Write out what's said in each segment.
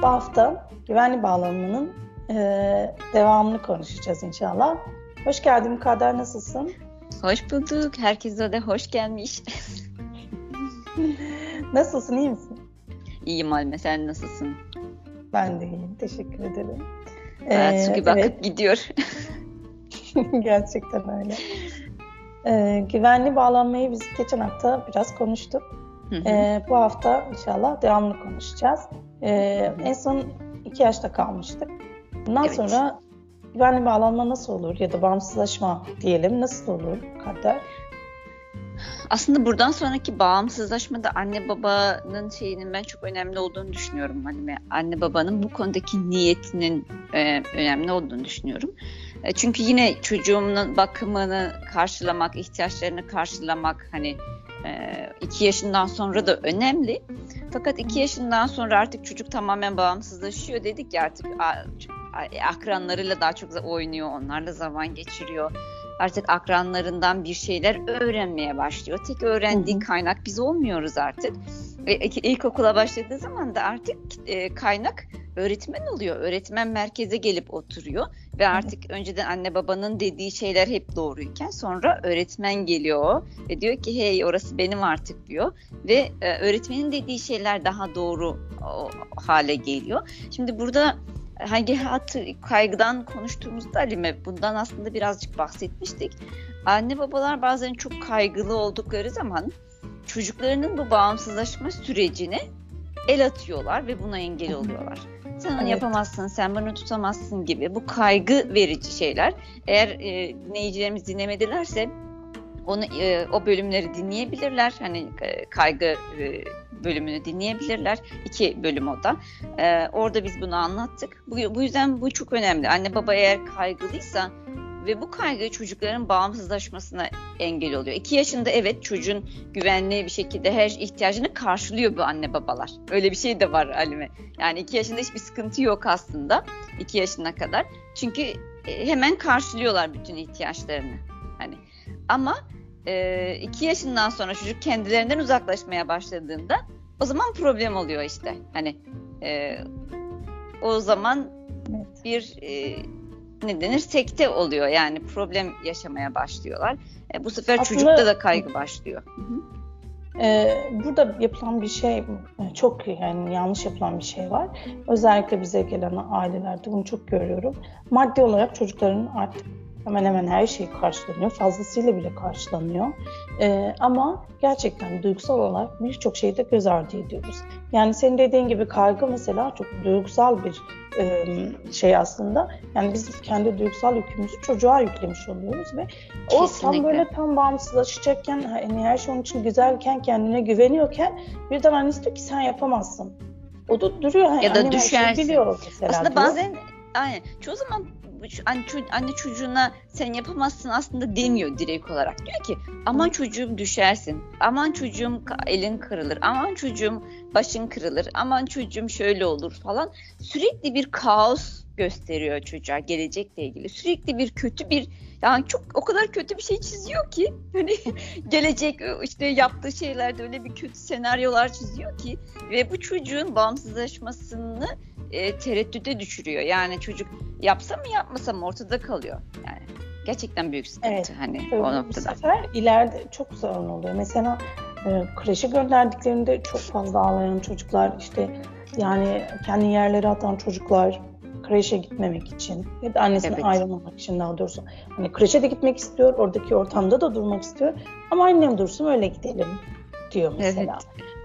Bu hafta güvenli bağlanmanın devamını konuşacağız inşallah. Hoş geldin Mukadder, nasılsın? Hoş bulduk. Herkese de hoş gelmiş. Nasılsın, iyi misin? İyiyim Halime, sen nasılsın? Ben de iyiyim, teşekkür ederim. Hayat su gibi akıp gidiyor. Gerçekten öyle. Güvenli bağlanmayı biz geçen hafta biraz konuştuk. Bu hafta inşallah devamlı konuşacağız. En son 2 yaşta kalmıştık. Bundan sonra güvenli bağlanma nasıl olur ya da bağımsızlaşma diyelim, nasıl olur Mukadder? Aslında buradan sonraki bağımsızlaşmada anne babanın şeyinin ben çok önemli olduğunu düşünüyorum. Hani anne babanın bu konudaki niyetinin önemli olduğunu düşünüyorum. Çünkü yine çocuğumun bakımını karşılamak, ihtiyaçlarını karşılamak hani 2 yaşından sonra da önemli. Fakat 2 yaşından sonra artık çocuk tamamen bağımsızlaşıyor dedik ya, artık akranlarıyla daha çok oynuyor, onlarla zaman geçiriyor. Artık akranlarından bir şeyler öğrenmeye başlıyor. Tek öğrendiği kaynak biz olmuyoruz artık. İlkokula başladığı zaman da artık kaynak öğretmen oluyor. Öğretmen merkeze gelip oturuyor ve artık önceden anne babanın dediği şeyler hep doğruyken sonra öğretmen geliyor ve diyor ki hey, orası benim artık diyor ve öğretmenin dediği şeyler daha doğru hale geliyor. Şimdi burada hangi kaygıdan konuştuğumuzda Halime, bundan aslında birazcık bahsetmiştik. Anne babalar bazen çok kaygılı oldukları zaman çocuklarının bu bağımsızlaşma sürecine el atıyorlar ve buna engel oluyorlar. Sen onu yapamazsın, sen bunu tutamazsın gibi bu kaygı verici şeyler. Eğer dinleyicilerimiz dinlemedilerse onu o bölümleri dinleyebilirler. Hani kaygı bölümünü dinleyebilirler. 2 bölüm o da. Orada biz bunu anlattık. Bu yüzden bu çok önemli. Anne baba eğer kaygılıysa ve bu kaygı çocukların bağımsızlaşmasına engel oluyor. 2 yaşında evet çocuğun güvenli bir şekilde her ihtiyacını karşılıyor bu anne babalar. Öyle bir şey de var Halime. Yani 2 yaşında hiçbir sıkıntı yok aslında. 2 yaşına kadar. Çünkü hemen karşılıyorlar bütün ihtiyaçlarını. Hani ama 2 yaşından sonra çocuk kendilerinden uzaklaşmaya başladığında o zaman problem oluyor işte. Hani o zaman bir ne denir, sekte oluyor, yani problem yaşamaya başlıyorlar. Bu sefer aslında, çocukta da kaygı başlıyor. Burada yapılan bir şey çok, yani yanlış yapılan bir şey var. Özellikle bize gelen ailelerde bunu çok görüyorum. Maddi olarak çocukların artık hemen hemen her şey karşılanıyor. Fazlasıyla bile karşılanıyor. Ama gerçekten duygusal olarak birçok şeyi de göz ardı ediyoruz. Yani senin dediğin gibi kaygı mesela çok duygusal bir şey aslında. Yani biz kendi duygusal yükümüzü çocuğa yüklemiş oluyoruz ve o tam böyle tam bağımsızlaşacakken, hani her şey onun için güzelken, kendine güveniyorken birden annesi diyor ki sen yapamazsın. O da duruyor. Ya da düşersin. Şey biliyor mesela, aslında diyor. Bazen aynen. Çoğu zaman anne çocuğuna sen yapamazsın aslında demiyor direkt olarak. Diyor ki aman çocuğum düşersin, aman çocuğum elin kırılır, aman çocuğum başın kırılır, aman çocuğum şöyle olur falan. Sürekli bir kaos gösteriyor çocuğa gelecekle ilgili. Sürekli bir kötü bir, yani çok o kadar kötü bir şey çiziyor ki hani gelecek işte yaptığı şeylerde öyle bir kötü senaryolar çiziyor ki ve bu çocuğun bağımsızlaşmasını tereddüte düşürüyor. Yani çocuk yapsa mı yapmasa mı ortada kalıyor. Yani gerçekten büyük sıkıntı hani o noktada. Bu sefer ileride çok sorun oluyor. Mesela kreşe gönderdiklerinde çok fazla ağlayan çocuklar, işte yani kendi yerlere atan çocuklar, kreşe gitmemek için ya da annesinden ayrılmamak için, daha doğrusu. Hani kreşe de gitmek istiyor, oradaki ortamda da durmak istiyor ama annem dursun öyle gidelim diyor mesela.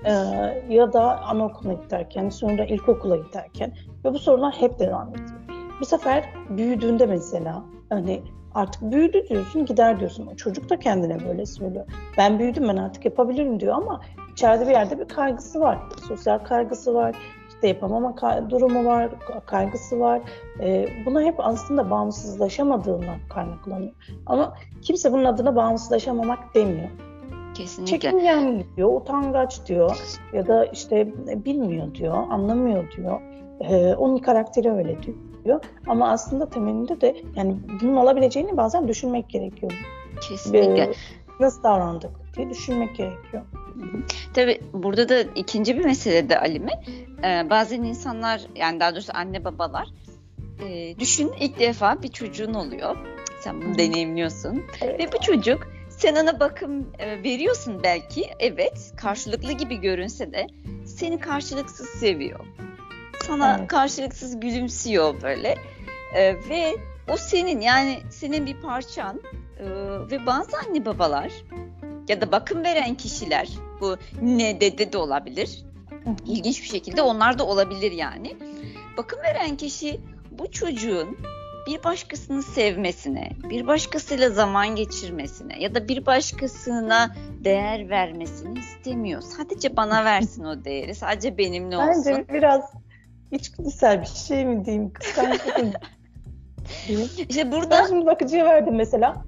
Ya da anaokuluna giderken, sonra ilkokula giderken ve bu sorunlar hep devam ediyor. Bu sefer büyüdüğünde mesela hani artık büyüdü diyorsun, gider diyorsun. O çocuk da kendine böyle söylüyor. Ben büyüdüm, ben artık yapabilirim diyor ama içeride bir yerde bir kaygısı var. Sosyal kaygısı var. İşte yapamama durumu var, kaygısı var. Buna hep aslında bağımsızlaşamadığından kaynaklanıyor. Ama kimse bunun adına bağımsızlaşamamak demiyor. Kesinlikle. Çekingen diyor, utangaç diyor ya da işte bilmiyor diyor, anlamıyor diyor. Onun karakteri öyle diyor. Ama aslında temelinde de yani bunun olabileceğini bazen düşünmek gerekiyor. Kesinlikle. Nasıl davrandık diye düşünmek gerekiyor. Tabii burada da ikinci bir mesele de Alime. Bazen insanlar, yani daha doğrusu anne babalar, düşün, ilk defa bir çocuğun oluyor. Sen bunu deneyimliyorsun. Evet. Ve bu çocuk, sen ona bakım veriyorsun belki. Evet, karşılıklı gibi görünse de seni karşılıksız seviyor. Sana karşılıksız gülümsüyor böyle. Ve o senin, yani senin bir parçan. Ve bazı anne babalar ya da bakım veren kişiler, bu nne dede de olabilir. İlginç bir şekilde onlar da olabilir yani. Bakım veren kişi bu çocuğun bir başkasını sevmesine, bir başkasıyla zaman geçirmesine ya da bir başkasına değer vermesini istemiyor. Sadece bana versin o değeri, sadece benimle olsun. Bence biraz içgüdüsel bir şey mi diyeyim, kıskançlık mı diyeyim. İşte burada... Ben şimdi bakıcıya verdim mesela.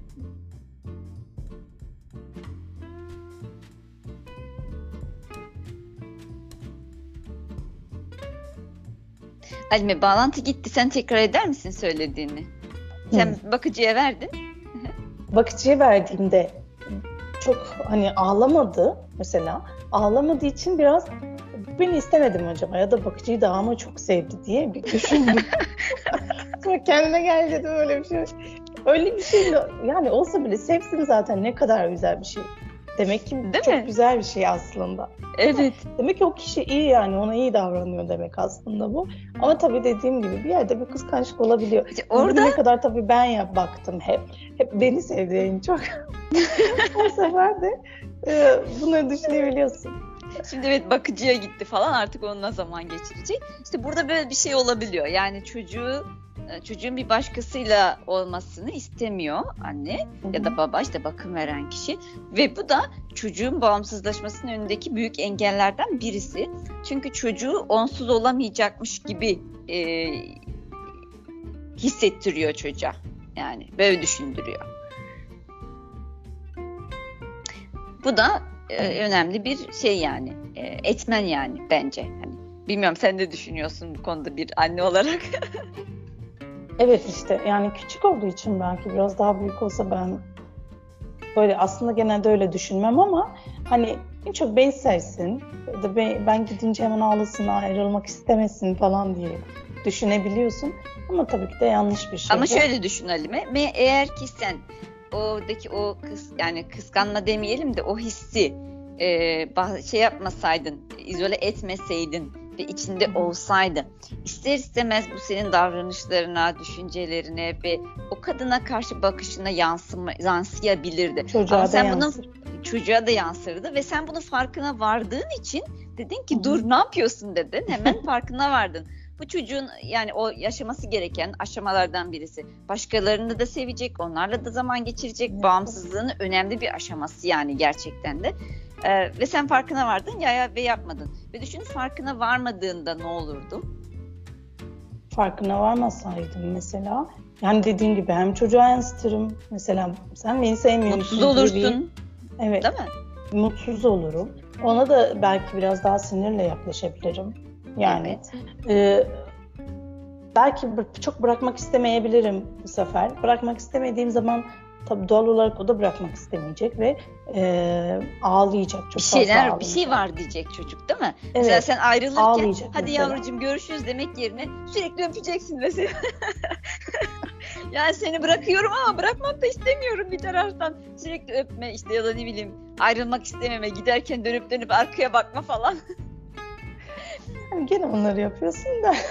Halime, bağlantı gitti. Sen tekrar eder misin söylediğini? Sen bakıcıya verdin. Bakıcıya verdiğimde çok hani ağlamadı mesela. Ağlamadığı için biraz beni istemedim acaba ya da bakıcıyı daha mı çok sevdi diye bir düşündüm. Sonra kendine gel dedim, öyle bir şey. Öyle bir şey yani olsa bile sevsin zaten, ne kadar güzel bir şey. Demek ki değil çok mi? Güzel bir şey aslında. Evet. Demek ki o kişi iyi, yani ona iyi davranıyor demek aslında bu. Ama tabii dediğim gibi bir yerde bir kıskançlık olabiliyor. İşte orada ne kadar tabii ben baktım hep. Hep beni sevdi en çok. O sefer de bunları düşünebiliyorsun. Şimdi evet, bakıcıya gitti falan, artık onunla zaman geçirecek. İşte burada böyle bir şey olabiliyor. Yani çocuğun bir başkasıyla olmasını istemiyor anne ya da baba, işte bakım veren kişi. Ve bu da çocuğun bağımsızlaşmasının önündeki büyük engellerden birisi. Çünkü çocuğu onsuz olamayacakmış gibi hissettiriyor çocuğa. Yani böyle düşündürüyor. Bu da önemli bir şey yani. Etmen yani bence. Hani, bilmiyorum, sen ne düşünüyorsun bu konuda bir anne olarak? Evet, işte yani küçük olduğu için belki, biraz daha büyük olsa ben böyle aslında genelde öyle düşünmem ama hani en çok beni sevsin ya da ben gidince hemen ağlasın, ayrılmak istemesin falan diye düşünebiliyorsun. Ama tabii ki de yanlış bir şey. Ama şöyle düşün Halime, eğer ki sen oradaki o yani kıskanma demeyelim de o hissi şey yapmasaydın, izole etmeseydin ve içinde olsaydı, ister istemez bu senin davranışlarına, düşüncelerine ve o kadına karşı bakışına yansıyabilirdi. Çocuğa da yansır. Çocuğa da yansırdı ve sen bunun farkına vardığın için dedin ki dur, ne yapıyorsun dedin, hemen farkına vardın. Bu çocuğun yani o yaşaması gereken aşamalardan birisi. Başkalarını da sevecek, onlarla da zaman geçirecek, bağımsızlığının önemli bir aşaması yani gerçekten de. Ve sen farkına vardın ve yapmadın. Ve düşün, farkına varmadığında ne olurdu? Farkına varmasaydım mesela, yani dediğin gibi hem çocuğa yansıtırım. Mesela sen beni sevmiyorsun. Mutsuz olursun. Evet. Değil mi? Mutsuz olurum. Ona da belki biraz daha sinirle yaklaşabilirim. Yani belki çok bırakmak istemeyebilirim bu sefer. Bırakmak istemediğim zaman tabii doğal olarak o da bırakmak istemeyecek ve ağlayacak. Çok bir şey var diyecek çocuk, değil mi? Evet. Mesela sen ayrılırken Ağlayacak hadi mesela. Yavrucuğum görüşürüz demek yerine sürekli öpeceksin mesela. Yani seni bırakıyorum ama bırakmak da istemiyorum bir taraftan. Sürekli öpme işte, ya da ne bileyim ayrılmak istememe, giderken dönüp arkaya bakma falan. Yani gene onları yapıyorsun da.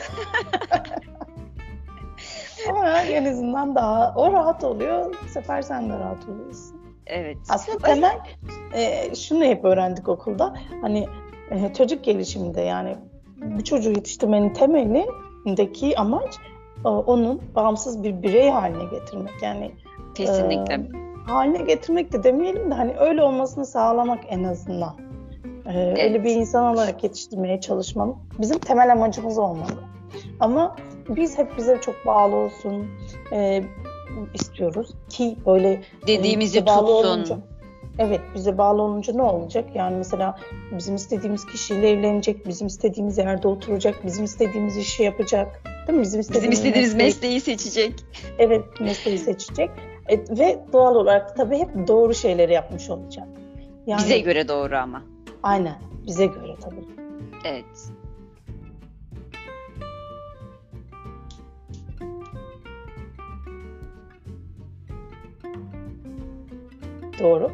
Ama en azından daha o rahat oluyor. Bu sefer sen de rahat oluyorsun. Evet. Aslında temel şunu hep öğrendik okulda. Hani çocuk gelişiminde, yani bir çocuğu yetiştirmenin temelindeki amaç onun bağımsız bir birey haline getirmek. Yani kesinlikle. Haline getirmek de demeyelim de hani öyle olmasını sağlamak en azından. Evet. Öyle bir insan olarak yetiştirmeye çalışmam bizim temel amacımız olmalı. Ama biz hep bize çok bağlı olsun istiyoruz ki böyle dediğimizi tutsun. Evet, bize bağlı olunca ne olacak? Yani mesela bizim istediğimiz kişiyle evlenecek, bizim istediğimiz yerde oturacak, bizim istediğimiz işi yapacak, değil mi? Bizim istediğimiz mesleği seçecek. Evet, mesleği seçecek ve doğal olarak tabii hep doğru şeyleri yapmış olacak. Yani, bize göre doğru ama. Aynen. Bize göre tabii. Evet. Doğru.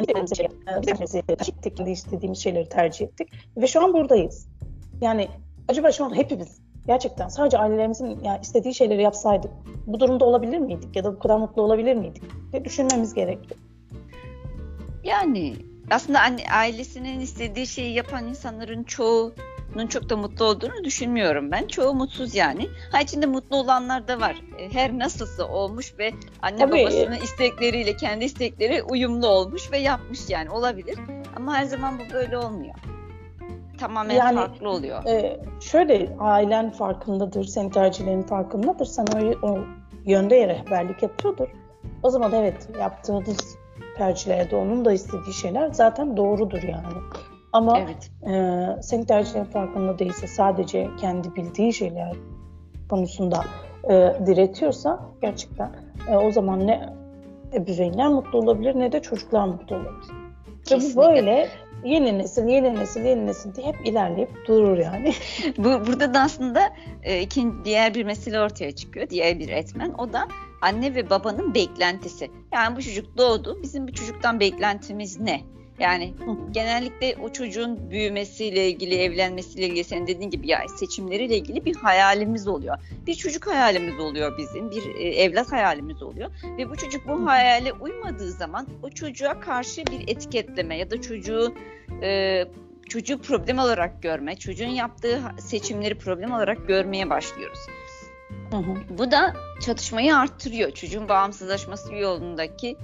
Kendi istediğimiz şeyleri tercih ettik. Ve şu an buradayız. Yani acaba şu an hepimiz gerçekten sadece ailelerimizin istediği şeyleri yapsaydık bu durumda olabilir miydik? Ya da bu kadar mutlu olabilir miydik? diye düşünmemiz gerekiyor. Yani aslında ailesinin istediği şeyi yapan insanların çoğunun çok da mutlu olduğunu düşünmüyorum ben. Çoğu mutsuz yani. İçinde mutlu olanlar da var. Her nasılsa olmuş ve anne babasının istekleriyle kendi istekleri uyumlu olmuş ve yapmış yani olabilir. Ama her zaman bu böyle olmuyor. Tamamen farklı oluyor. Şöyle, ailen farkındadır, senin tercihlerin farkındadır. Sana o yönde rehberlik yapıyordur. O zaman evet, yaptığınız tercihlerde onun da istediği şeyler zaten doğrudur yani. Ama senin tercihlerin farkında değilse, sadece kendi bildiği şeyler konusunda diretiyorsa gerçekten o zaman ne ebeveynler mutlu olabilir ne de çocuklar mutlu olabilir. Ve bu böyle yeni nesil diye hep ilerleyip durur yani. Burada da aslında diğer bir mesele ortaya çıkıyor. Diğer bir etmen. O da anne ve babanın beklentisi. Yani bu çocuk doğdu. Bizim bu çocuktan beklentimiz ne? Yani genellikle o çocuğun büyümesiyle ilgili, evlenmesiyle ilgili, senin dediğin gibi seçimleriyle ilgili bir hayalimiz oluyor. Bir çocuk hayalimiz oluyor bizim, bir evlat hayalimiz oluyor. Ve bu çocuk bu hayale uymadığı zaman o çocuğa karşı bir etiketleme ya da çocuğu problem olarak görme, çocuğun yaptığı seçimleri problem olarak görmeye başlıyoruz. Bu da çatışmayı arttırıyor. Çocuğun bağımsızlaşması yolundaki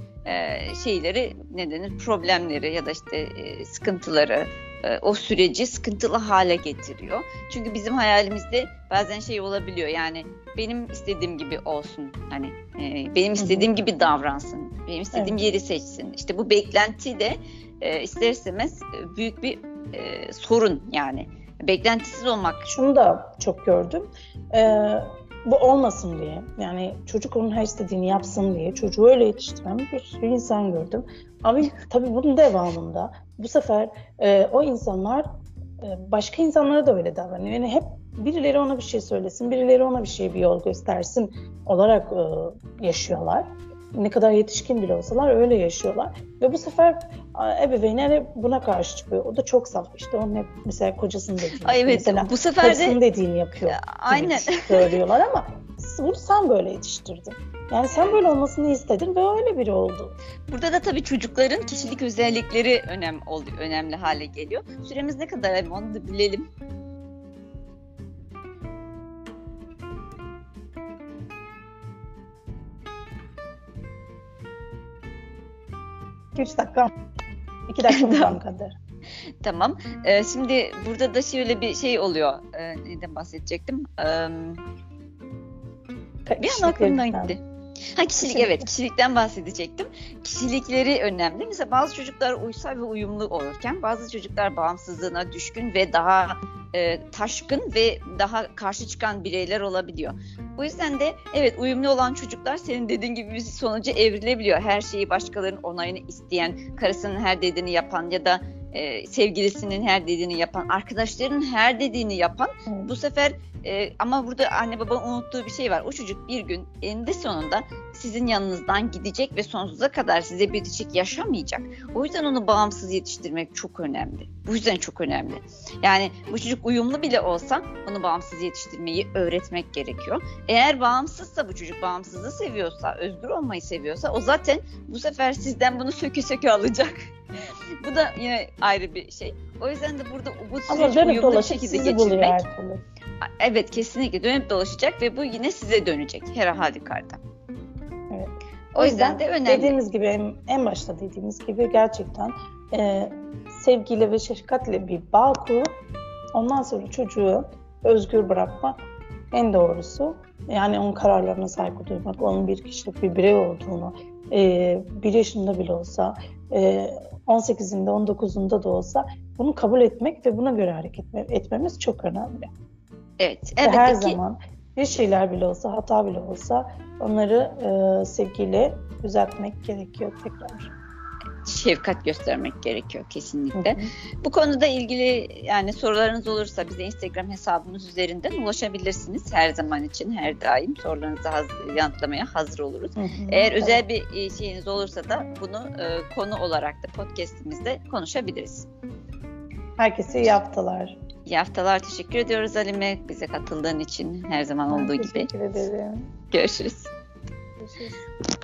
problemleri ya da sıkıntıları, o süreci sıkıntılı hale getiriyor. Çünkü bizim hayalimizde bazen olabiliyor. Yani benim istediğim gibi olsun. Hani benim istediğim gibi davransın. Benim istediğim yeri seçsin. İşte bu beklenti de ister istemez büyük bir sorun yani. Beklentisiz olmak. Şunu da çok gördüm. Bu olmasın diye, yani çocuk onun her istediğini yapsın diye çocuğu öyle yetiştiren bir sürü insan gördüm. Ama tabii bunun devamında bu sefer o insanlar başka insanlara da öyle davranıyor. Yani hep birileri ona bir şey söylesin, birileri ona bir yol göstersin olarak yaşıyorlar. Ne kadar yetişkin bile olsalar öyle yaşıyorlar. Ve bu sefer ebeveynler buna karşı çıkıyor. O da çok saf. İşte onun hep mesela kocasının dediğini yapıyor. Evet, mesela bu sefer de karısının dediğini yapıyor. Aynen. Söylüyorlar ama bunu sen böyle yetiştirdin. Yani sen böyle olmasını istedin ve öyle biri oldu. Burada da tabii çocukların kişilik özellikleri önemli hale geliyor. Süremiz ne kadar onu da bilelim. Üç dakika. 2 dakika kadar. Tamam. Şimdi burada da şöyle bir şey oluyor. Neyden bahsedecektim? Bir an aklımdan gitti. Kişilikten bahsedecektim. Kişilikleri önemli. Mesela bazı çocuklar uysal ve uyumlu olurken bazı çocuklar bağımsızlığına düşkün ve daha taşkın ve daha karşı çıkan bireyler olabiliyor. Bu yüzden de uyumlu olan çocuklar senin dediğin gibi bir sonuca evrilebiliyor. Her şeyi başkalarının onayını isteyen, karısının her dediğini yapan ya da sevgilisinin her dediğini yapan, arkadaşlarının her dediğini yapan bu sefer ama burada anne babanın unuttuğu bir şey var. O çocuk bir gün eninde sonunda sizin yanınızdan gidecek ve sonsuza kadar size bitişik yaşamayacak. O yüzden onu bağımsız yetiştirmek çok önemli. Bu yüzden çok önemli. Yani bu çocuk uyumlu bile olsa onu bağımsız yetiştirmeyi öğretmek gerekiyor. Eğer bağımsızsa bu çocuk, bağımsızlığı seviyorsa, özgür olmayı seviyorsa o zaten bu sefer sizden bunu söke söke alacak. Bu da yine ayrı bir şey. O yüzden de burada bu süreci uyumlu bir şekilde geçirmek. Evet, kesinlikle dönüp dolaşacak ve bu yine size dönecek her halükarda. Evet. O yüzden de önemli. Dediğimiz gibi, en başta dediğimiz gibi gerçekten sevgiyle ve şefkatle bir bağ kurup ondan sonra çocuğu özgür bırakmak en doğrusu. Yani onun kararlarına saygı duymak, onun bir kişilik bir birey olduğunu, 1 yaşında bile olsa, 18'inde, 19'unda da olsa bunu kabul etmek ve buna göre hareket etmemiz çok önemli. Evet. Her zaman bir şeyler bile olsa, hata bile olsa onları sevgiyle düzeltmek gerekiyor tekrar. şefkat göstermek gerekiyor kesinlikle. Bu konuda ilgili yani sorularınız olursa bize Instagram hesabımız üzerinden ulaşabilirsiniz. Her zaman için, her daim sorularınızı yanıtlamaya hazır oluruz. Eğer özel bir şeyiniz olursa da bunu konu olarak da podcast'imizde konuşabiliriz. Herkese iyi haftalar. İyi haftalar. Teşekkür ediyoruz Halime bize katıldığın için her zaman olduğu gibi. Teşekkür ederim. Görüşürüz. Görüşürüz.